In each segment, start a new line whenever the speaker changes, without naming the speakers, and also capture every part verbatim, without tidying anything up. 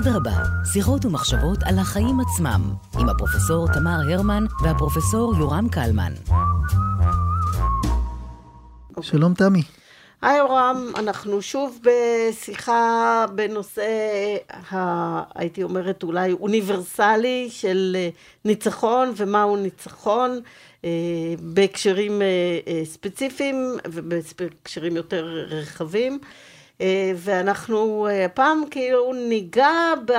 אדרבה, שיחות ומחשבות על החיים עצמם, עם הפרופסור תמר הרמן והפרופסור יורם קלמן.
שלום תמי.
היי יורם, אנחנו שוב בשיחה בנושא, ה, הייתי אומרת אולי אוניברסלי של ניצחון ומהו ניצחון, בהקשרים ספציפיים ובהקשרים יותר רחבים. ואנחנו הפעם כאילו ניגע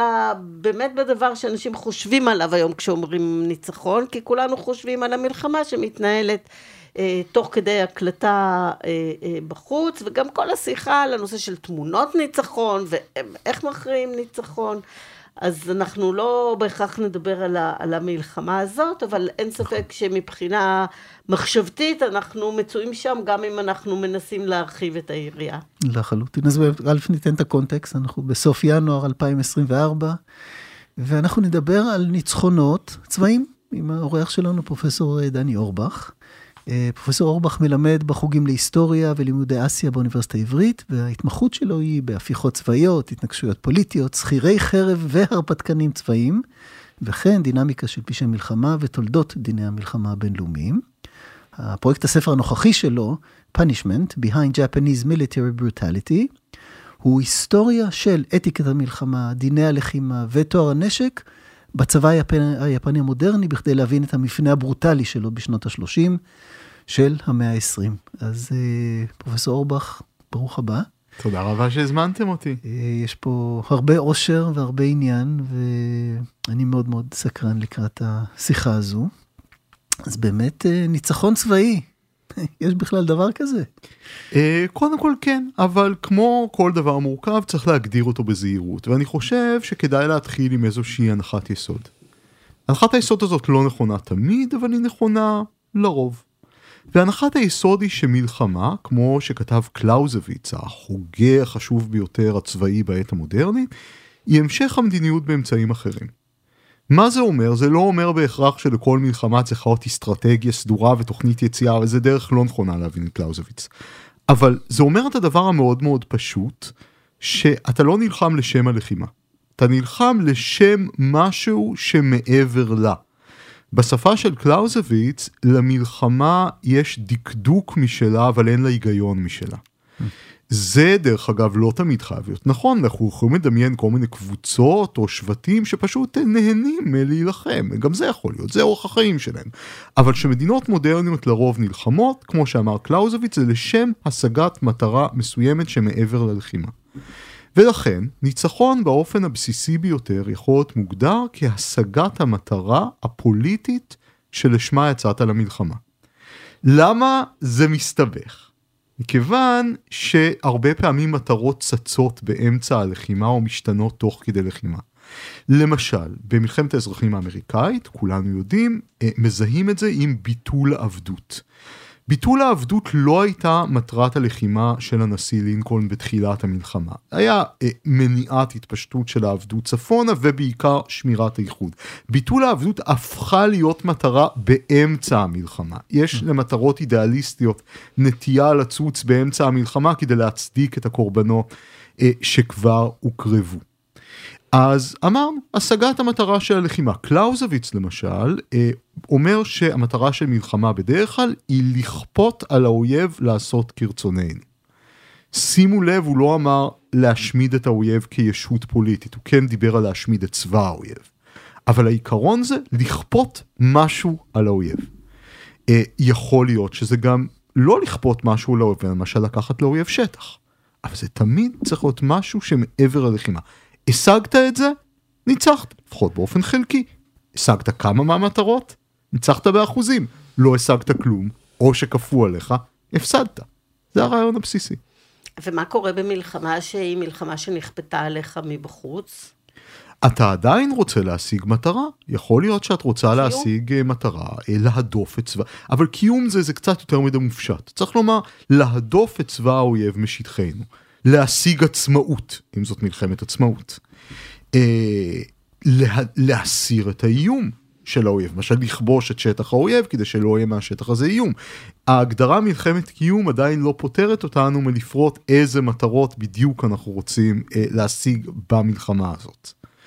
באמת בדבר שאנשים חושבים עליו היום כשאומרים ניצחון, כי כולנו חושבים על המלחמה שמתנהלת תוך כדי הקלטה בחוץ, וגם כל השיחה על הנושא של תמונות ניצחון ואיך מכריעים ניצחון. אז אנחנו לא בהכרח נדבר על, ה, על המלחמה הזאת, אבל אין ספק שמבחינה מחשבתית אנחנו מצויים שם, גם אם אנחנו מנסים להרחיב את היריעה.
לחלוטין. אז א' ניתן את הקונטקסט, אנחנו בסוף ינואר אלפיים עשרים וארבע, ואנחנו נדבר על ניצחונות צבאיים, עם האורח שלנו פרופסור דני אורבך. פרופסור אורבך מלמד בחוגים להיסטוריה ולימודי אסיה באוניברסיטה העברית, וההתמחות שלו היא בהפיכות צבאיות, התנגשויות פוליטיות, שכירי חרב והרפתקנים צבאיים, וכן דינמיקה של פשעי מלחמה ותולדות דיני המלחמה הבינלאומיים. הפרויקט הספר הנוכחי שלו, Punishment, Behind Japanese Military Brutality, הוא היסטוריה של אתיקת המלחמה, דיני הלחימה ותואר הנשק, בצבא היפני, היפני המודרני, בכדי להבין את המפנה הברוטלי שלו בשנות ה-שלושים של המאה ה-עשרים. אז פרופסור אורבך, ברוך הבא.
תודה רבה שהזמנתם אותי.
יש פה הרבה עושר והרבה עניין, ואני מאוד מאוד סקרן לקראת השיחה הזו. אז באמת ניצחון צבאי. יש בכלל דבר כזה?
קודם כל כן, אבל כמו כל דבר מורכב צריך להגדיר אותו בזהירות, ואני חושב שכדאי להתחיל עם איזושהי הנחת יסוד. הנחת היסוד הזאת לא נכונה תמיד, אבל היא נכונה לרוב. והנחת היסוד היא שמלחמה, כמו שכתב קלאוזוויץ, החוגה החשוב ביותר הצבאי בעת המודרנית, היא המשך המדיניות באמצעים אחרים. מה זה אומר? זה לא אומר בהכרח שלכל מלחמה צריכה להיות אסטרטגיה סדורה ותוכנית יציאה, וזה דרך לא נכונה להבין את קלאוזוויץ. אבל זה אומר את הדבר המאוד מאוד פשוט, שאתה לא נלחם לשם הלחימה. אתה נלחם לשם משהו שמעבר לה. בשפה של קלאוזוויץ, למלחמה יש דקדוק משלה, אבל אין לה היגיון משלה. זה דרך אגב לא תמיד חייב להיות נכון, אנחנו יכולים לדמיין כל מיני קבוצות או שבטים שפשוט נהנים להילחם, גם זה יכול להיות, זה אורח החיים שלהם. אבל שמדינות מודרניות לרוב נלחמות, כמו שאמר קלאוזוויץ, זה לשם השגת מטרה מסוימת שמעבר ללחימה. ולכן, ניצחון באופן הבסיסי ביותר יכול להיות מוגדר כהשגת המטרה הפוליטית שלשמה יצאת למלחמה. למה זה מסתבך? מכיוון שהרבה פעמים מטרות צצות באמצע הלחימה או משתנות תוך כדי לחימה. למשל, במלחמת האזרחים האמריקאית, כולנו יודעים, מזהים את זה עם ביטול העבדות. ביטול העבדות לא הייתה מטרת הלחימה של הנשיא לינקולן בתחילת המלחמה. היה אה, מניעת התפשטות של העבדות צפונה ובעיקר שמירת האיחוד. ביטול העבדות הפכה להיות מטרה באמצע המלחמה. יש למטרות אידיאליסטיות נטייה לצוץ באמצע המלחמה כדי להצדיק את הקורבנות אה, שכבר הוקרבו. אז אמרנו, השגת המטרה של הלחימה. קלאוזוויץ למשל, אה, אומר שהמטרה של מלחמה בדרך כלל היא לכפות על האויב לעשות כרצוננו. שימו לב, הוא לא אמר להשמיד את האויב כישות פוליטית, הוא כן דיבר על להשמיד את צבא האויב. אבל העיקרון זה לכפות משהו על האויב. אה, יכול להיות שזה גם לא לכפות משהו על האויב, למשל לקחת לאויב שטח. אבל זה תמיד צריך להיות משהו שמעבר ללחימה. השגת את זה, ניצחת, לפחות באופן חלקי. השגת כמה מהמטרות, ניצחת באחוזים. לא השגת כלום, או שכפו עליך, הפסדת. זה הרעיון הבסיסי.
ומה קורה במלחמה שהיא מלחמה שנכפתה עליך מבחוץ?
אתה עדיין רוצה להשיג מטרה. יכול להיות שאת רוצה קיום? להשיג מטרה, להדוף את צבא. אבל קיום זה, זה קצת יותר מדי מופשט. צריך לומר, להדוף את צבא האויב משטחנו. להשיג עצמאות, אם זאת מלחמת עצמאות. אה, לה, להסיר את האיום של האויב, למשל לכבוש את שטח האויב, כדי שלא יהיה מהשטח הזה איום. ההגדרה מלחמת קיום עדיין לא פותרת אותנו מלפרוט איזה מטרות בדיוק אנחנו רוצים אה, להשיג במלחמה הזאת.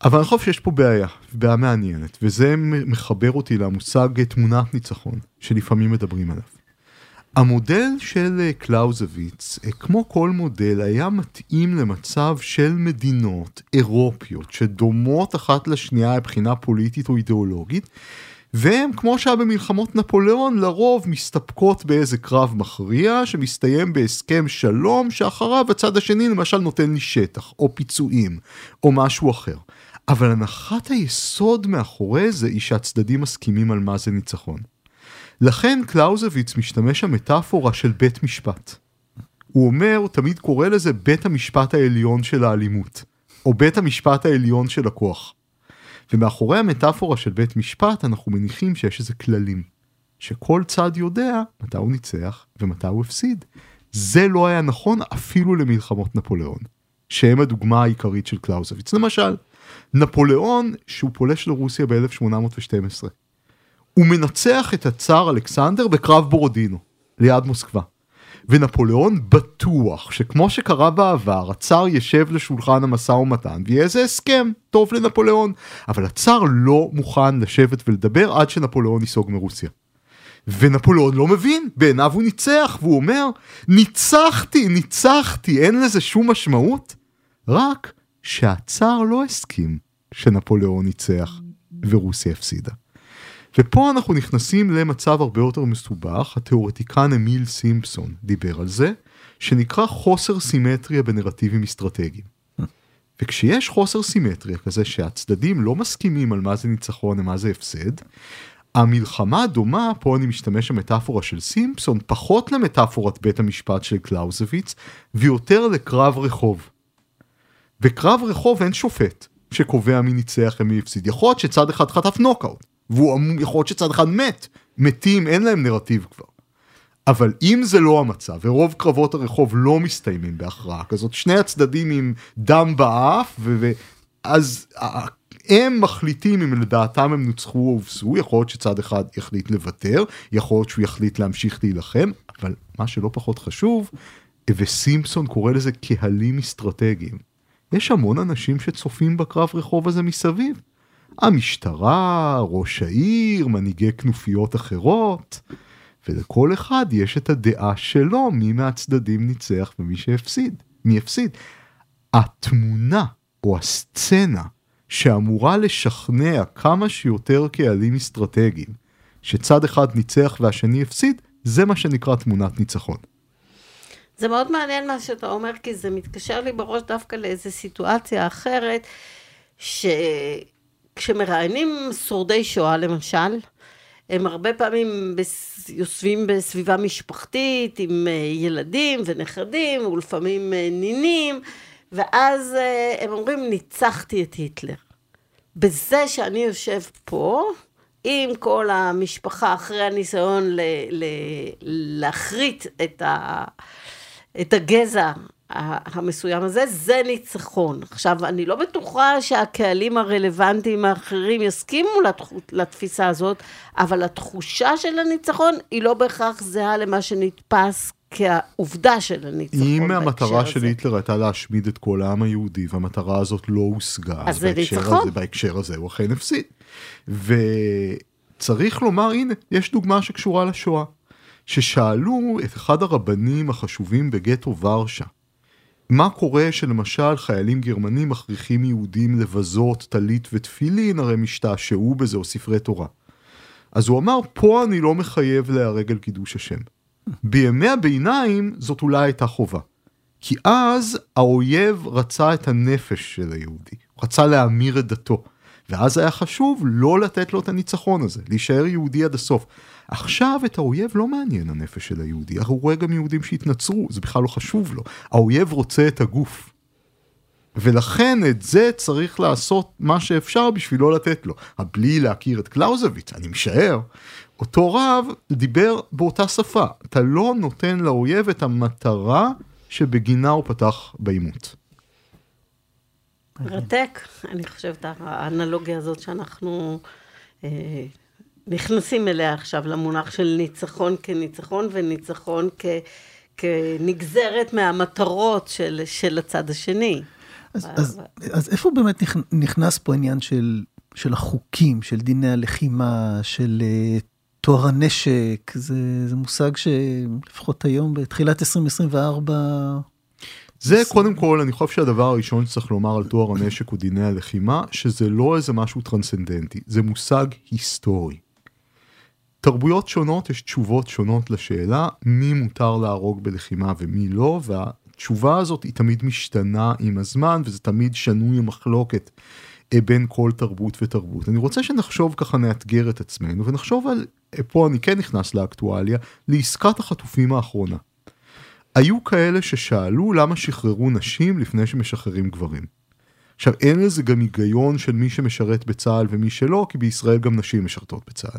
אבל אני חושב שיש פה בעיה, בעיה מעניינת, וזה מחבר אותי למושג תמונת ניצחון, שלפעמים מדברים עליו. המודל של קלאוזוויץ, כמו כל מודל, היה מתאים למצב של מדינות אירופיות, שדומות אחת לשנייה מבחינה פוליטית או אידיאולוגית, והם, כמו שהיה במלחמות נפוליאון, לרוב מסתפקות באיזה קרב מכריע, שמסתיים בהסכם שלום, שאחריו הצד השני למשל נותן לי שטח, או פיצויים, או משהו אחר. אבל הנחת היסוד מאחורי זה, היא שהצדדים מסכימים על מה זה ניצחון. לכן קלאוזוויץ משתמש המטאפורה של בית משפט. הוא אומר, הוא תמיד קורא לזה בית המשפט העליון של האלימות, או בית המשפט העליון של הכוח. ומאחורי המטאפורה של בית משפט אנחנו מניחים שיש איזה כללים, שכל צד יודע מתי הוא ניצח ומתי הוא הפסיד. זה לא היה נכון אפילו למלחמות נפוליאון, שהם הדוגמה העיקרית של קלאוזוויץ. למשל, נפוליאון שהוא פולש לרוסיה ב-אלף שמונה מאות ושתים עשרה, הוא מנצח את הצאר אלכסנדר בקרב בורודינו, ליד מוסקבה. ונפוליאון בטוח שכמו שקרה בעבר, הצאר ישב לשולחן המשא ומתן, ויהיה איזה הסכם טוב לנפוליאון. אבל הצאר לא מוכן לשבת ולדבר עד שנפוליאון ייסוג מרוסיה. ונפוליאון לא מבין, בעיניו הוא ניצח, והוא אומר, ניצחתי, ניצחתי, אין לזה שום משמעות. רק שהצאר לא הסכים שנפוליאון ניצח ורוסיה הפסידה. ופה אנחנו נכנסים למצב הרבה יותר מסובך, התיאורטיקן אמיל סימפסון דיבר על זה, שנקרא חוסר סימטריה בנרטיבים אסטרטגיים. וכשיש חוסר סימטריה כזה שהצדדים לא מסכימים על מה זה ניצחון ומה זה הפסד, המלחמה דומה, פה אני משתמש במטאפורה של סימפסון, פחות למטאפורת בית המשפט של קלאוזוויץ, ויותר לקרב רחוב. בקרב רחוב אין שופט שקובע מי ניצח ומי הפסיד. יכול להיות שצד אחד חטף נוקאוט, והוא יכול להיות שצד אחד מת, מתים, אין להם נרטיב כבר. אבל אם זה לא המצב, ורוב קרבות הרחוב לא מסתיימים בהכרעה כזאת, שני הצדדים עם דם באף, אז הם מחליטים אם לדעתם הם נוצחו או הובסו, יכול להיות שצד אחד יחליט לוותר, יכול להיות שהוא יחליט להמשיך להילחם, אבל מה שלא פחות חשוב, וסימפסון קורא לזה קהלים אסטרטגיים. יש המון אנשים שצופים בקרב רחוב הזה מסביב. המשטרה, ראש העיר, מנהיגי כנופיות אחרות, ולכל אחד יש את הדעה שלו, מי מהצדדים ניצח ומי שהפסיד, מי הפסיד. התמונה או הסצנה שאמורה לשכנע כמה שיותר קהלים אסטרטגיים, שצד אחד ניצח והשני הפסיד, זה מה שנקרא תמונת ניצחון.
זה מאוד מעניין מה שאתה אומר, כי זה מתקשר לי בראש דווקא לאיזו סיטואציה אחרת, שכשמראיינים שורדי שואה למשל, הם הרבה פעמים יושבים בסביבה משפחתית, עם ילדים ונכדים, ולפעמים נינים, ואז הם אומרים, ניצחתי את היטלר. בזה שאני יושב פה, עם כל המשפחה אחרי הניסיון ל- ל- להחריט את, ה- את הגזע המסוים הזה, זה ניצחון. עכשיו, אני לא בטוחה שהקהלים הרלוונטיים האחרים יסכימו לתפיסה הזאת, אבל התחושה של הניצחון היא לא בהכרח זהה למה שנתפס כעובדה של הניצחון.
אם המטרה של היטלר הייתה להשמיד את כל העם היהודי, והמטרה הזאת לא הושגה,
אז זה ניצחון.
בהקשר הזה הוא אכן הפסיד. וצריך לומר, הנה, יש דוגמה שקשורה לשואה, ששאלו את אחד הרבנים החשובים בגטו ורשה, מה קורה שלמשל חיילים גרמנים מכריחים יהודים לבזות טלית ותפילין, הרי משתעשעו בזה או ספרי תורה. אז הוא אמר, פה אני לא מחייב להרג על קידוש השם. בימי הביניים זאת אולי הייתה חובה. כי אז האויב רצה את הנפש של היהודי. הוא רצה להמיר את דתו. ואז היה חשוב לא לתת לו את הניצחון הזה, להישאר יהודי עד הסוף. עכשיו את האויב לא מעניין הנפש של היהודי, הוא רואה גם יהודים שהתנצרו, זה בכלל לא חשוב לו. האויב רוצה את הגוף. ולכן את זה צריך לעשות מה שאפשר בשביל לא לתת לו. בלי להכיר את קלאוזוויץ, אני משער, אותו רב דיבר באותה שפה. אתה לא נותן לאויב את המטרה שבגינה הוא פתח בעימות.
מרתק, אני חושבת, האנלוגיה הזאת שאנחנו אה, נכנסים אליה עכשיו למונח של ניצחון כניצחון, וניצחון כ, כנגזרת מהמטרות של, של הצד השני.
אז, אז, אז איפה באמת נכנס פה העניין של, של החוקים, של דיני הלחימה, של uh, תואר הנשק? זה, זה מושג שלפחות היום, בתחילת עשרים עשרים וארבע...
זה קודם כל, אני חושב שהדבר הראשון שצריך לומר על תואר הנשק הוא דיני הלחימה, שזה לא איזה משהו טרנסצנדנטי, זה מושג היסטורי. תרבויות שונות, יש תשובות שונות לשאלה, מי מותר להרוג בלחימה ומי לא, והתשובה הזאת היא תמיד משתנה עם הזמן, וזה תמיד שנוי המחלוקת בין כל תרבות ותרבות. אני רוצה שנחשוב ככה, נאתגר את עצמנו, ונחשוב על, פה אני כן נכנס לאקטואליה, לעסקת החטופים האחרונה. היו כאלה ששאלו למה שחררו נשים לפני שמשחררים גברים. עכשיו, אין לזה גם היגיון של מי שמשרת בצה"ל ומי שלא, כי בישראל גם נשים משרתות בצה"ל.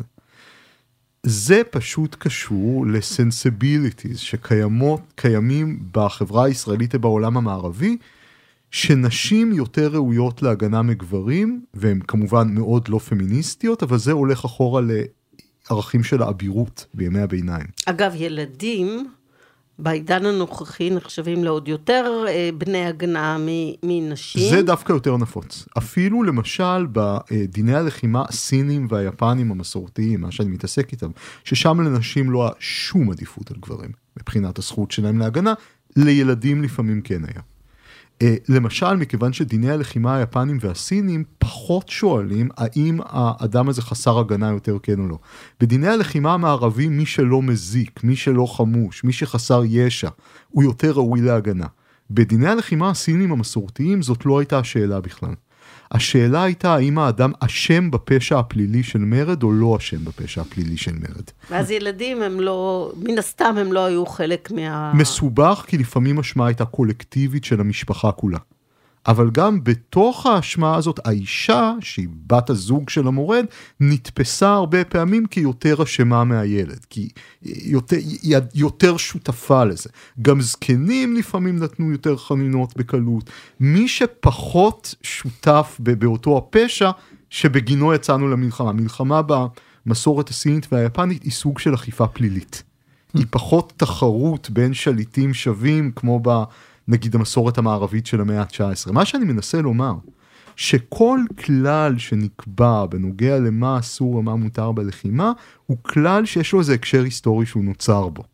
זה פשוט קשור לסנסיביליטיז שקיימות, קיימים בחברה הישראלית ובעולם המערבי, שנשים יותר ראויות להגנה מגברים, והן כמובן מאוד לא פמיניסטיות, אבל זה הולך אחורה לערכים של האבירות בימי הביניים.
אגב, ילדים בעידן הנוכחי נחשבים לעוד יותר בני הגנה מנשים.
זה דווקא יותר נפוץ. אפילו למשל בדיני הלחימה הסינים והיפנים המסורתיים, מה שאני מתעסק איתם, ששם לנשים לא היה שום עדיפות על גברים, מבחינת הזכות שלהם להגנה, לילדים לפעמים כן היה. למשל, מכיוון שדיני הלחימה היפנים והסינים פחות שואלים האם האדם הזה חסר הגנה יותר כן או לא. בדיני הלחימה המערבי, מי שלא מזיק, מי שלא חמוש, מי שחסר ישע, הוא יותר ראוי להגנה. בדיני הלחימה הסינים המסורתיים זאת לא הייתה השאלה בכלל. השאלה הייתה האם האדם אשם בפשע הפלילי של מרד או לא אשם בפשע הפלילי של מרד.
ואז ילדים הם לא, מן הסתם הם לא היו חלק מה...
מסובך, כי לפעמים השמה הייתה קולקטיבית של המשפחה כולה. אבל גם בתוך ההשמה הזאת, האישה, שהיא בת הזוג של המורד, נתפסה הרבה פעמים כיותר אשמה מהילד, כי יותר, היא יותר שותפה לזה. גם זקנים לפעמים נתנו יותר חנינות בקלות. מי שפחות שותף באותו הפשע, שבגינו יצאנו למלחמה. מלחמה במסורת הסינית והיפנית היא סוג של אכיפה פלילית. היא פחות תחרות בין שליטים שווים, כמו ב... נגיד המסורת המערבית של המאה ה-תשע עשרה. מה שאני מנסה לומר, שכל כלל שנקבע בנוגע למה אסור ומה מותר בלחימה, הוא כלל שיש לו איזה הקשר היסטורי שהוא נוצר בו.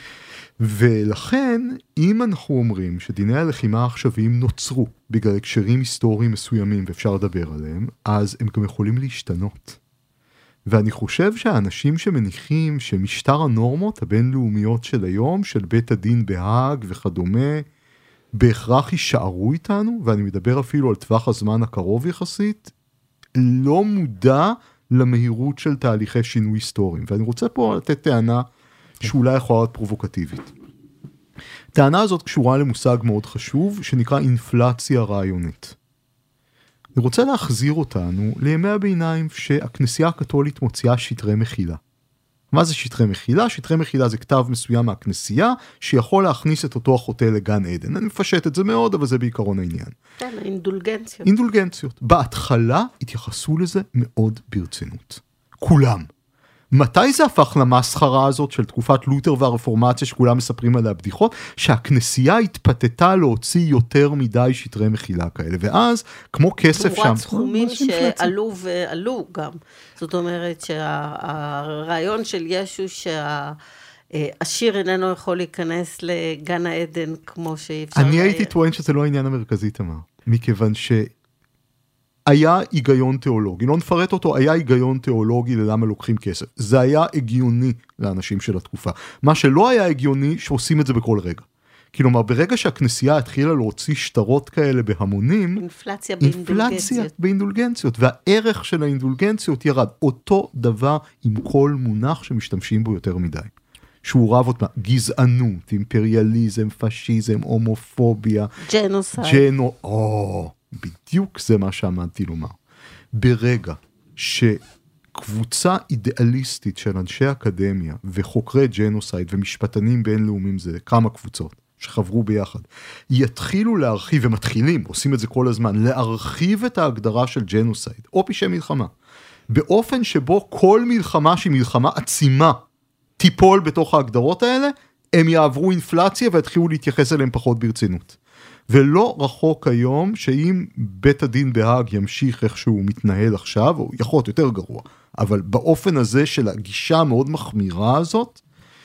ולכן, אם אנחנו אומרים שדיני הלחימה העכשוויים נוצרו בגלל הקשרים היסטוריים מסוימים ואפשר לדבר עליהם, אז הם גם יכולים להשתנות. ואני חושב שהאנשים שמניחים שמשטר הנורמות הבינלאומיות של היום, של בית הדין בהאג וכדומה, בהכרח יישארו איתנו, ואני מדבר אפילו על טווח הזמן הקרוב יחסית, לא מודע למהירות של תהליכי שינוי היסטוריים. ואני רוצה פה לתת טענה שאולי יכולה להיות פרובוקטיבית. טענה הזאת קשורה למושג מאוד חשוב, שנקרא אינפלציה רעיונית. אני רוצה להחזיר אותנו לימי הביניים שהכנסייה הקתולית מוציאה שטרי מחילה. מה זה שטרי מחילה? שטרי מחילה זה כתב מסוים מהכנסייה, שיכול להכניס את אותו החוטא לגן עדן. אני מפשט את זה מאוד, אבל זה בעיקרון העניין.
כן, אינדולגנציות.
אינדולגנציות. בהתחלה התייחסו לזה מאוד ברצינות. כולם. מתי זה הפך למסחרה הזאת של תקופת לותר והרפורמציה שכולם מספרים עליה בדיחות? שהכנסייה התפתתה להוציא יותר מדי שטרי מחילה כאלה, ואז כמו כסף שם...
תמורת סכומים שעלו ועלו גם. זאת אומרת שהרעיון של ישו שהעשיר איננו יכול להיכנס לגן העדן כמו שאפשר...
אני הייתי טוען שזה לא העניין המרכזי, תמר, מכיוון ש... היה היגיון תיאולוגי, לא נפרט אותו, היה היגיון תיאולוגי ללמה לוקחים כסף. זה היה הגיוני לאנשים של התקופה. מה שלא היה הגיוני, שעושים את זה בכל רגע. כלומר, ברגע שהכנסייה התחילה להוציא שטרות כאלה בהמונים,
אינפלציה באינדולגנציות.
אינפלציה באינדולגנציות, והערך של האינדולגנציות ירד. אותו דבר עם כל מונח שמשתמשים בו יותר מדי. שהוא רב אותה, גזענות, אימפריאליזם, פשיזם, הומופוביה.
ג'נוסייד.
ג'נו... או... בדיוק זה מה שעמדתי לומר. ברגע שקבוצה אידיאליסטית של אנשי אקדמיה וחוקרי ג'נוסייד ומשפטנים בינלאומיים, זה כמה קבוצות שחברו ביחד, יתחילו להרחיב, ומתחילים, עושים את זה כל הזמן, להרחיב את ההגדרה של ג'נוסייד, או פשעי מלחמה, באופן שבו כל מלחמה שהיא מלחמה עצימה, תיפול בתוך ההגדרות האלה, הם יעברו אינפלציה והתחילו להתייחס אליהם פחות ברצינות. ולא רחוק היום שאם בית הדין בהאג ימשיך איך שהוא מתנהל עכשיו, או יכול להיות יותר גרוע, אבל באופן הזה של הגישה המאוד מחמירה הזאת,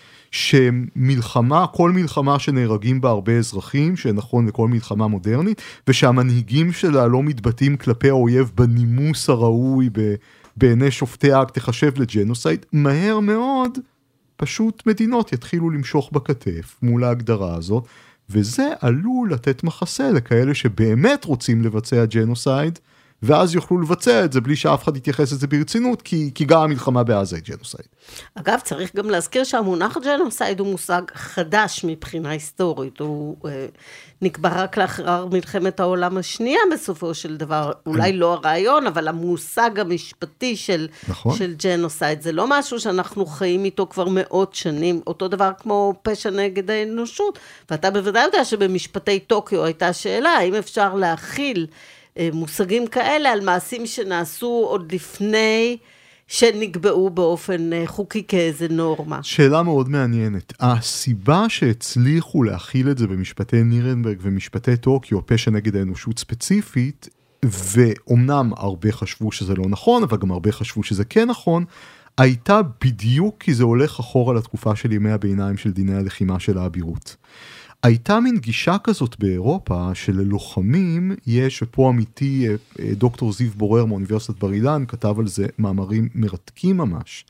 שמלחמה, כל מלחמה שנהרגים בה הרבה אזרחים, שנכון לכל מלחמה מודרנית, ושהמנהיגים שלה לא מתבטאים כלפי האויב בנימוס הראוי, בעיני שופטי האג תחשב לג'נוסייד, מהר מאוד פשוט מדינות יתחילו למשוך בכתף מול ההגדרה הזאת, וזה עלול לתת מחסה לכאלה שבאמת רוצים לבצע ג'נוסייד, ואז יוכלו לבצע את זה בלי שאף אחד יתייחס את זה ברצינות, כי, כי גם המלחמה בעזה היא ג'נוסייד.
אגב, צריך גם להזכיר שהמונח ג'נוסייד הוא מושג חדש מבחינה היסטורית, הוא אה, נקבע רק לאחר מלחמת העולם השנייה בסופו של דבר, אולי לא הרעיון, אבל המושג המשפטי של,
נכון.
של ג'נוסייד, זה לא משהו שאנחנו חיים איתו כבר מאות שנים, אותו דבר כמו פשע נגד האנושות, ואתה בוודאי יודע שבמשפטי טוקיו הייתה שאלה, האם אפשר להכיל מושגים כאלה על מעשים שנעשו עוד לפני שנקבעו באופן חוקי כאיזה נורמה.
שאלה מאוד מעניינת. הסיבה שהצליחו להכיל את זה במשפטי נירנברג ומשפטי טוקיו, פשע נגד האנושות ספציפית, ואומנם הרבה חשבו שזה לא נכון, אבל גם הרבה חשבו שזה כן נכון, הייתה בדיוק כי זה הולך אחורה לתקופה של ימי הביניים של דיני הלחימה של האבירות. הייתה מין גישה כזאת באירופה שללוחמים יש, ופה אמיתי דוקטור זיו בורר מאוניברסיטת בר אילן כתב על זה מאמרים מרתקים ממש,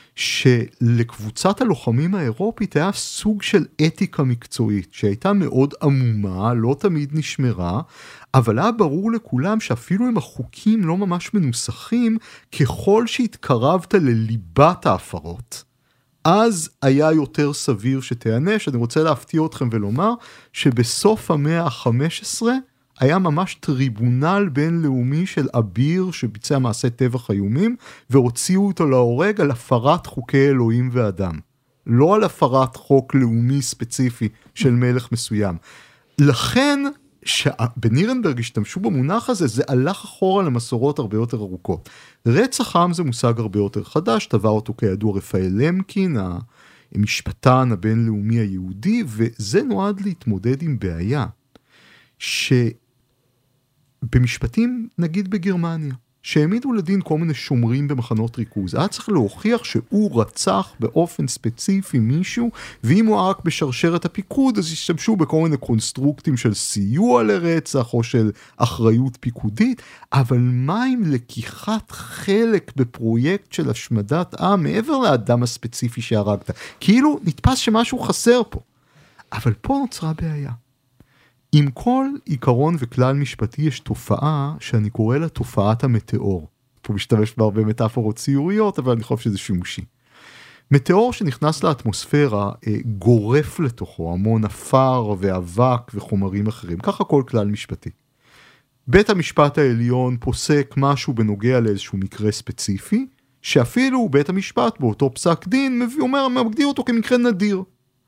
שלקבוצת הלוחמים האירופית היה סוג של אתיקה מקצועית שהייתה מאוד עמומה, לא תמיד נשמרה, אבל היה ברור לכולם שאפילו אם החוקים לא ממש מנוסחים, ככל שהתקרבת לליבת ההפרות, אז היה יותר סביר שתענש. אני רוצה להפתיע אתכם ולומר שבסוף המאה ה-חמש עשרה היה ממש טריבונל בינלאומי של אביר שביצע מעשי טבח איומים, והוציאו אותו להורג על הפרת חוקי אלוהים ואדם. לא על הפרת חוק לאומי ספציפי של מלך מסוים. לכן שבנירנברג השתמשו במונח הזה, זה הלך אחורה למסורות הרבה יותר ארוכות. רצח עם זה מושג הרבה יותר חדש, טבע אותו כידוע רפאל למקין, המשפטן הבינלאומי היהודי, וזה נועד להתמודד עם בעיה, שבמשפטים נגיד בגרמניה, שהעמידו לדין כל מיני שומרים במחנות ריכוז, היה צריך להוכיח שהוא רצח באופן ספציפי מישהו, ואם הוא רק בשרשרת הפיקוד, אז השתמשו בכל מיני קונסטרוקטים של סיוע לרצח, או של אחריות פיקודית, אבל מה עם לקיחת חלק בפרויקט של השמדת עם, מעבר לאדם הספציפי שהרגת? כאילו נתפס שמשהו חסר פה. אבל פה נוצרה בעיה. עם כל עיקרון וכלל משפטי יש תופעה שאני קורא לה תופעת המטאור. פה משתמש בהרבה מטאפורות ציוריות, אבל אני חושב שזה שימושי. מטאור שנכנס לאטמוספירה גורף לתוכו המון אפר ואבק וחומרים אחרים. ככה כל כלל משפטי. בית המשפט העליון פוסק משהו בנוגע לאיזשהו מקרה ספציפי, שאפילו בית המשפט באותו פסק דין מביא, אומר, מגדיר אותו כמקרה נדיר.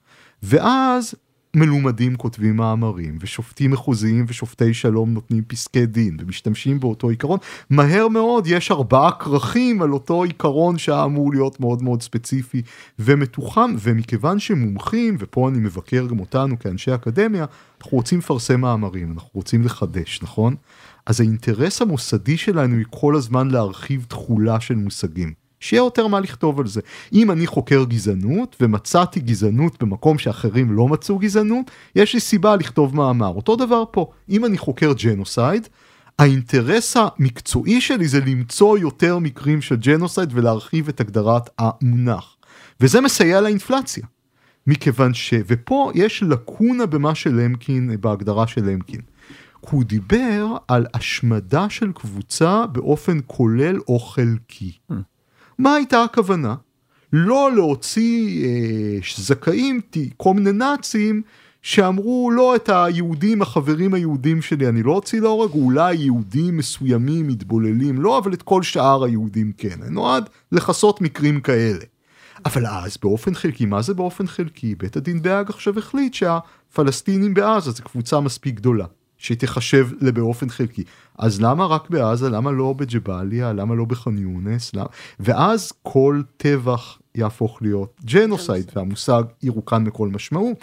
ואז מלומדים כותבים מאמרים, ושופטים מחוזיים ושופטי שלום נותנים פסקי דין, ומשתמשים באותו עיקרון. מהר מאוד יש ארבעה כרכים על אותו עיקרון שאמור להיות מאוד מאוד ספציפי ומתוחם, ומכיוון שמומחים, ופה אני מבקר גם אותנו כאנשי אקדמיה, אנחנו רוצים לפרסם מאמרים, אנחנו רוצים לחדש, נכון? אז האינטרס המוסדי שלנו היא כל הזמן להרחיב תחולה של מושגים. שיהיה יותר מה לכתוב על זה. אם אני חוקר גזענות, ומצאתי גזענות במקום שאחרים לא מצאו גזענות, יש לי סיבה לכתוב מאמר. אותו דבר פה. אם אני חוקר ג'נוסייד, האינטרס המקצועי שלי זה למצוא יותר מקרים של ג'נוסייד, ולהרחיב את הגדרת המונח. וזה מסייע לאינפלציה. מכיוון ש... ופה יש לקונה במה של למקין, בהגדרה של למקין. הוא דיבר על השמדה של קבוצה באופן כולל או חלקי. מה הייתה הכוונה? לא להוציא אה, זכאים, כל מיני נאצים, שאמרו לא את היהודים, החברים היהודים שלי, אני לא הוציא להורג, אולי יהודים מסוימים, מתבוללים, לא, אבל את כל שאר היהודים כן. נועד לחסות מקרים כאלה. אבל אז באופן חלקי, מה זה באופן חלקי? בית הדין בהאג עכשיו החליט שהפלסטינים בעזה זה קבוצה מספיק גדולה, שתחשב לבאופן חלקי. אז למה רק בעזה? למה לא בג'באליה? למה לא בח'אן יונס? למה... ואז כל טבח יהפוך להיות ג'נוסייד, והמושג ירוקן מכל משמעות.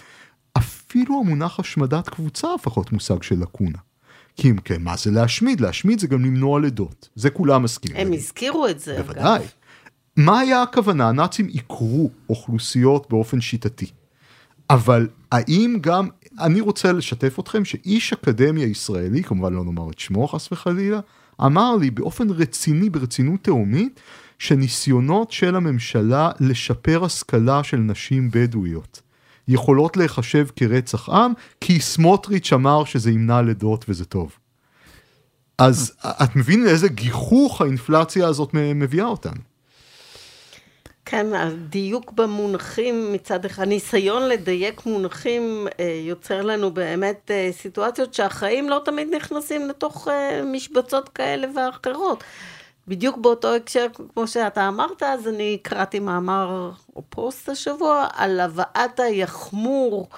אפילו המונח השמדת קבוצה הפכות מושג של לקונה. כי אם כן, מה זה להשמיד? להשמיד זה גם למנוע לידות. זה כולם מסכימים.
הם הזכירו את זה.
בוודאי. מה היה הכוונה? הנאצים יקרו אוכלוסיות באופן שיטתי. אבל האם גם, אני רוצה לשתף אתכם שאיש אקדמיה ישראלי, כמובן לא נאמר את שמו חס וחלילה, אמר לי באופן רציני, ברצינות תאומית, שניסיונות של הממשלה לשפר השכלה של נשים בדואיות, יכולות להיחשב כרצח עם, כי סמוטריץ' אמר שזה ימנע לידות וזה טוב. אז את מבין לאיזה גיחוך האינפלציה הזאת מביאה אותנו?
כן, הדיוק במונחים מצד אחד, הניסיון לדייק מונחים יוצר לנו באמת סיטואציות שהחיים לא תמיד נכנסים לתוך משבצות כאלה ואחרות. בדיוק באותו הקשר, כמו שאתה אמרת, אז אני קראתי מאמר או פוסט השבוע על הבאת היחמור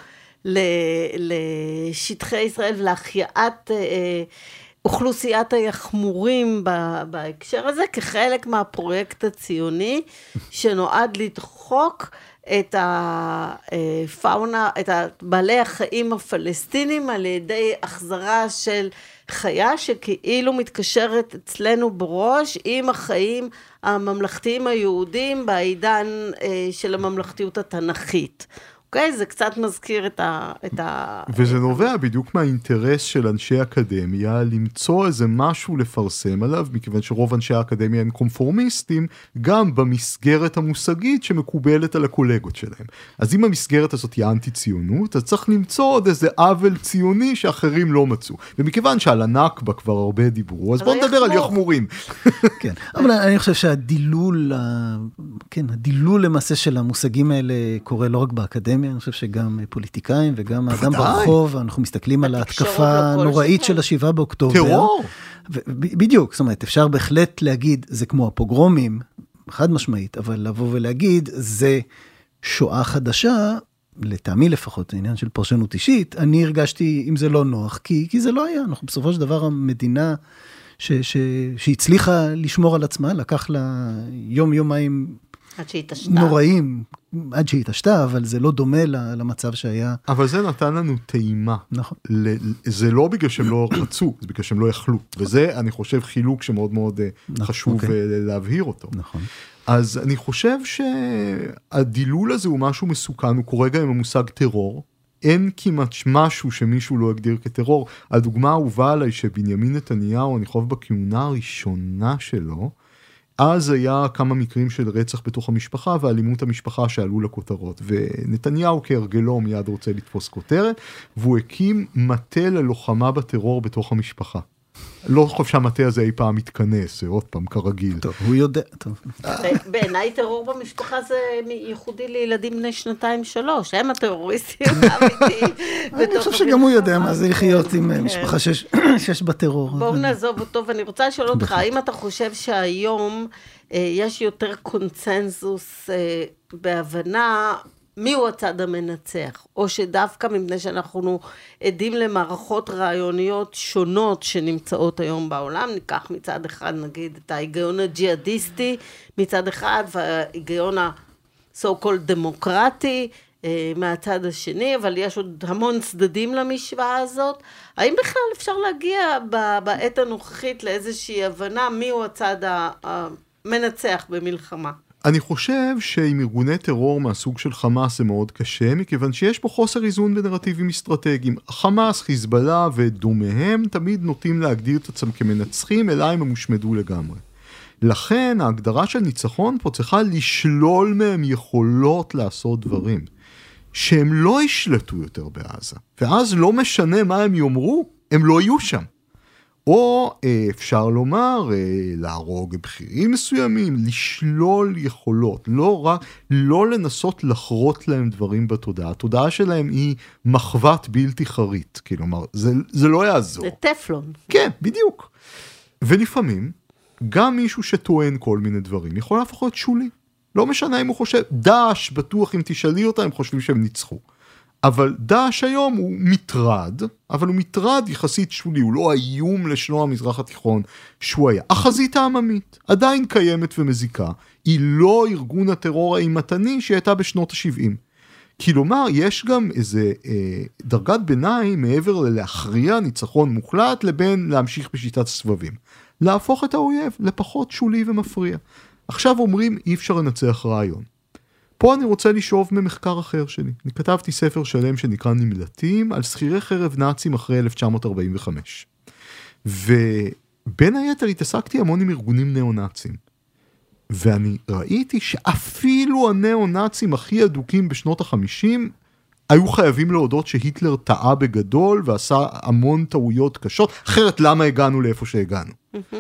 לשטחי ישראל ולהחייאת אוכלוסיית היחמורים בהקשר הזה, כחלק מהפרויקט הציוני, שנועד לדחוק את הפאונה, את בעלי החיים הפלסטינים, על ידי החזרה של חיה שכאילו מתקשרת אצלנו בראש, עם החיים הממלכתיים היהודים, בעידן של הממלכתיות התנ"כית. אוקיי? זה קצת מזכיר את ה... את ה...
וזה נובע בדיוק מהאינטרס של אנשי אקדמיה, למצוא איזה משהו לפרסם עליו, מכיוון שרוב אנשי האקדמיה הם קונפורמיסטים, גם במסגרת המושגית שמקובלת על הקולגות שלהם. אז אם המסגרת הזאת היא אנטי-ציונות, אז צריך למצוא עוד איזה עוול ציוני שאחרים לא מצאו. ומכיוון שעל הנכבה כבר הרבה דיברו, אז בואו נדבר על יחמורים.
כן, אבל אני חושב שהדילול, כן, הדילול למעשה של המושגים האלה קורה לא רק באקדמיה, אני חושב שגם פוליטיקאים וגם האדם ברחוב, אנחנו מסתכלים על ההתקפה הנוראית של השבעה באוקטובר.
טרור.
בדיוק, זאת אומרת, אפשר בהחלט להגיד, זה כמו הפוגרומים, חד משמעית, אבל לבוא ולהגיד, זה שואה חדשה, לטעמי לפחות, העניין של פרשנות אישית, אני הרגשתי אם זה לא נוח, כי, כי זה לא היה, אנחנו בסופו של דבר המדינה ש, ש, שהצליחה לשמור על עצמה, לקח לה יום יומיים נוראים, עד שהיא התעשתה, אבל זה לא דומה למצב שהיה.
אבל זה נתן לנו טעימה.
נכון.
זה לא בגלל שהם לא רצו, זה בגלל שהם לא יכלו. וזה, אני חושב, חילוק שמאוד מאוד חשוב להבהיר אותו. נכון. אז אני חושב שהדילול הזה הוא משהו מסוכן, הוא קורה גם עם המושג טרור. אין כמעט משהו שמישהו לא הגדיר כטרור. הדוגמה האהובה עליי שבנימין נתניהו, אני חושב בכהונה הראשונה שלו, אז היה כמה מקרים של רצח בתוך המשפחה ואלימות המשפחה שעלו לכותרות, ונתניהו כהרגלו מיד רוצה לתפוס כותרת, והוא הקים מטה ללוחמה בטרור בתוך המשפחה. לא חושב שהמטה הזה אי פעם מתכנס, עוד פעם כרגיל.
טוב, הוא יודע, טוב.
בעיניי טרור במשפחה זה ייחודי לילדים בני שנתיים שלוש, הם הטרוריסטים האמיתיים.
אני חושב שגם הוא יודע מה זה לחיות עם משפחה שיש בטרור.
בואו נעזוב אותו, ואני רוצה לשאול אותך, האם אתה חושב שהיום יש יותר קונצנזוס בהבנה, מי הוא הצד המנצח, או שדווקא מפני שאנחנו עדים למערכות רעיוניות שונות שנמצאות היום בעולם, ניקח מצד אחד נגיד את ההיגיון הג'יהאדיסטי מצד אחד, וההיגיון ה-so called דמוקרטי מהצד השני, אבל יש עוד המון צדדים למשוואה הזאת. האם בכלל אפשר להגיע בעת הנוכחית לאיזושהי הבנה מי הוא הצד המנצח במלחמה?
אני חושב שעם ארגוני טרור מהסוג של חמאס זה מאוד קשה, מכיוון שיש פה חוסר איזון בנרטיבים אסטרטגיים. חמאס, חיזבאללה ודומיהם תמיד נוטים להגדיר את עצמם כמנצחים, אלא הם הושמדו לגמרי. לכן ההגדרה של ניצחון פה צריכה לשלול מהם יכולות לעשות דברים, שהם לא ישלטו יותר בעזה. ואז לא משנה מה הם יאמרו, הם לא יהיו שם. או אפשר לומר, להרוג בכירים מסוימים, לשלול יכולות, לא רק, לא לנסות לחרות להם דברים בתודעה. התודעה שלהם היא מחוות בלתי חרית, כלומר, זה, זה לא יעזור.
זה טפלון.
כן, בדיוק. ולפעמים, גם מישהו שטוען כל מיני דברים, יכול להפוך להיות שולי. לא משנה אם הוא חושב, דאעש, בטוח אם תשאלי אותה, הם חושבים שהם ניצחו. אבל דאעש היום הוא מטרד, אבל הוא מטרד יחסית שולי, הוא לא איום לשלום המזרח התיכון שהוא היה. החזית העממית עדיין קיימת ומזיקה, היא לא ארגון הטרור האימתני שהייתה בשנות ה-שבעים. כלומר, יש גם איזה אה, דרגת ביניים מעבר ללהכריע ניצחון מוחלט, לבין להמשיך בשיטת הסבבים. להפוך את האויב לפחות שולי ומפריע. עכשיו אומרים, אי אפשר לנצח רעיון. פה אני רוצה לשאוב ממחקר אחר שלי. אני כתבתי ספר שלם שנקרא נמלטים, על שכירי חרב נאצים אחרי אלף תשע מאות ארבעים וחמש. ובין היתר התעסקתי המון עם ארגונים נאו-נאצים. ואני ראיתי שאפילו הנאו-נאצים הכי אדוקים בשנות החמישים, היו חייבים להודות שהיטלר טעה בגדול, ועשה המון טעויות קשות, אחרת למה הגענו לאיפה שהגענו.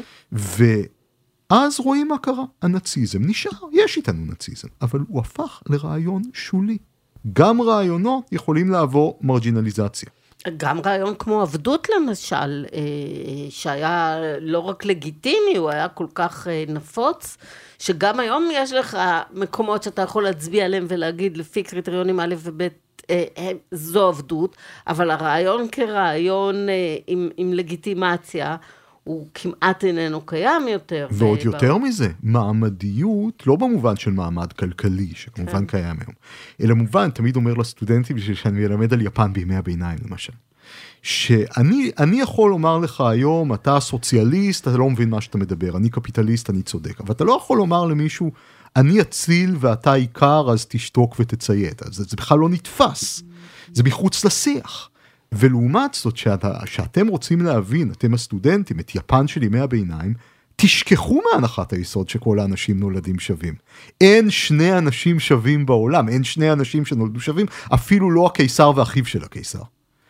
ואז רואים מה קרה, הנאציזם נשאר, יש איתנו נאציזם, אבל הוא הפך לרעיון שולי. גם רעיונות יכולים לעבור מרג'ינליזציה.
גם רעיון כמו עבדות למשל, שהיה לא רק לגיטימי, הוא היה כל כך נפוץ, שגם היום יש לך מקומות שאתה יכול להצביע עליהם ולהגיד לפי קריטריונים א' וב' זו עבדות, אבל הרעיון כרעיון עם, עם לגיטימציה, הוא כמעט איננו קיים יותר.
ועוד ו... יותר מזה, מעמדיות, לא במובן של מעמד כלכלי, שכמובן כן. קיים היום, אלא מובן, תמיד אומר לסטודנטים, בשביל שאני אלמד על יפן בימי הביניים, למשל, שאני אני יכול לומר לך היום, אתה סוציאליסט, אתה לא מבין מה שאתה מדבר, אני קפיטליסט, אני צודק, אבל אתה לא יכול לומר למישהו, אני אציל ואתה עיקר, אז תשתוק ותציית, אז זה בכלל לא נתפס, זה מחוץ לשיח. ולעומת זאת, שאתה, שאתם רוצים להבין, אתם הסטודנטים, את יפן של ימי הביניים, תשכחו מהנחת היסוד שכל האנשים נולדים שווים. אין שני אנשים שווים בעולם, אין שני אנשים שנולדו שווים, אפילו לא הקיסר ואחיו של הקיסר.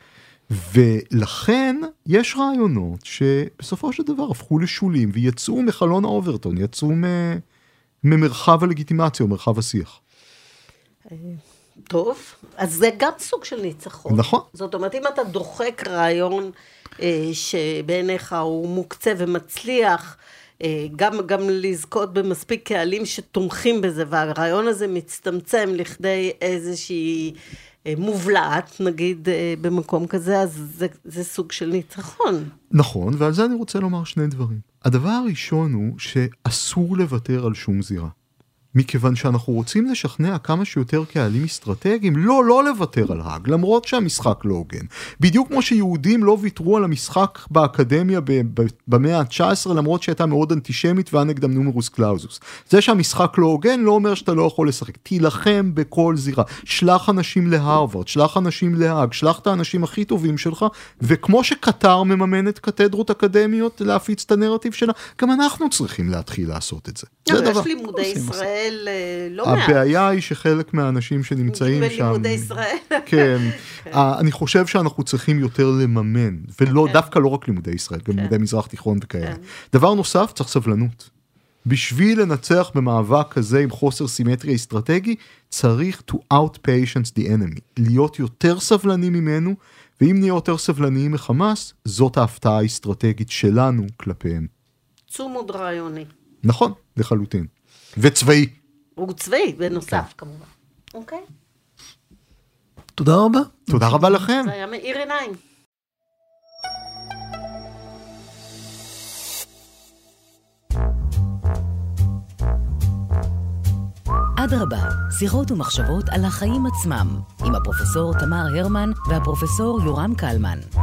ולכן יש רעיונות שבסופו של דבר הפכו לשולים, ויצאו מחלון האוברטון, יצאו ממרחב הלגיטימציה, או מרחב השיח.
טוב, אז זה גם סוג של ניצחון.
נכון.
זאת אומרת, אם אתה דוחק רעיון אה, שבעיניך הוא מוקצה ומצליח, אה, גם, גם לזכות במספיק קהלים שתומכים בזה, והרעיון הזה מצטמצם לכדי איזושהי אה, מובלעת, נגיד אה, במקום כזה, אז זה, זה סוג של ניצחון.
נכון, ועל זה אני רוצה לומר שני דברים. הדבר הראשון הוא שאסור לוותר על שום זירה. מכיוון שאנחנו רוצים לשכנע כמה שיותר קהלים אסטרטגיים, לא, לא לוותר על האג, למרות שהמשחק לא הוגן. בדיוק כמו שיהודים לא ויתרו על המשחק באקדמיה במאה ה-תשע עשרה, למרות שהייתה מאוד אנטישמית והיה נגדם נומרוס קלאוזוס. זה שהמשחק לא הוגן לא אומר שאתה לא יכול לשחק. תילחם בכל זירה. שלח אנשים להרווארד, שלח אנשים להאג, שלח את האנשים הכי טובים שלך, וכמו שקטר מממנת קתדרות אקדמיות להפיץ את הנרטיב שלה, גם אנחנו צריכים להתחיל לעשות את זה.
יש לימודי ישראל לא מעט.
הבעיה היא שחלק מהאנשים שנמצאים שם...
בלימודי ישראל.
כן. אני חושב שאנחנו צריכים יותר לממן, ולא, דווקא לא רק לימודי ישראל, גם לימודי מזרח תיכון וכאלה. דבר נוסף, צריך סבלנות. בשביל לנצח במאבק כזה עם חוסר סימטריה אסטרטגי, צריך to outpatience the enemy. להיות יותר סבלני ממנו, ואם נהיה יותר סבלניים מחמאס, זאת ההפתעה האסטרטגית שלנו כלפיהם.
צומוד רעיוני.
נכון, לחלוטין. וצבאי.
הוא צבאי, בנוסף כמובן. אוקיי.
תודה רבה.
תודה רבה לכם.
זה היה מאיר עיניים.
אדרבה, שיחות ומחשבות על החיים עצמם, עם הפרופסור תמר הרמן והפרופסור יורם קלמן.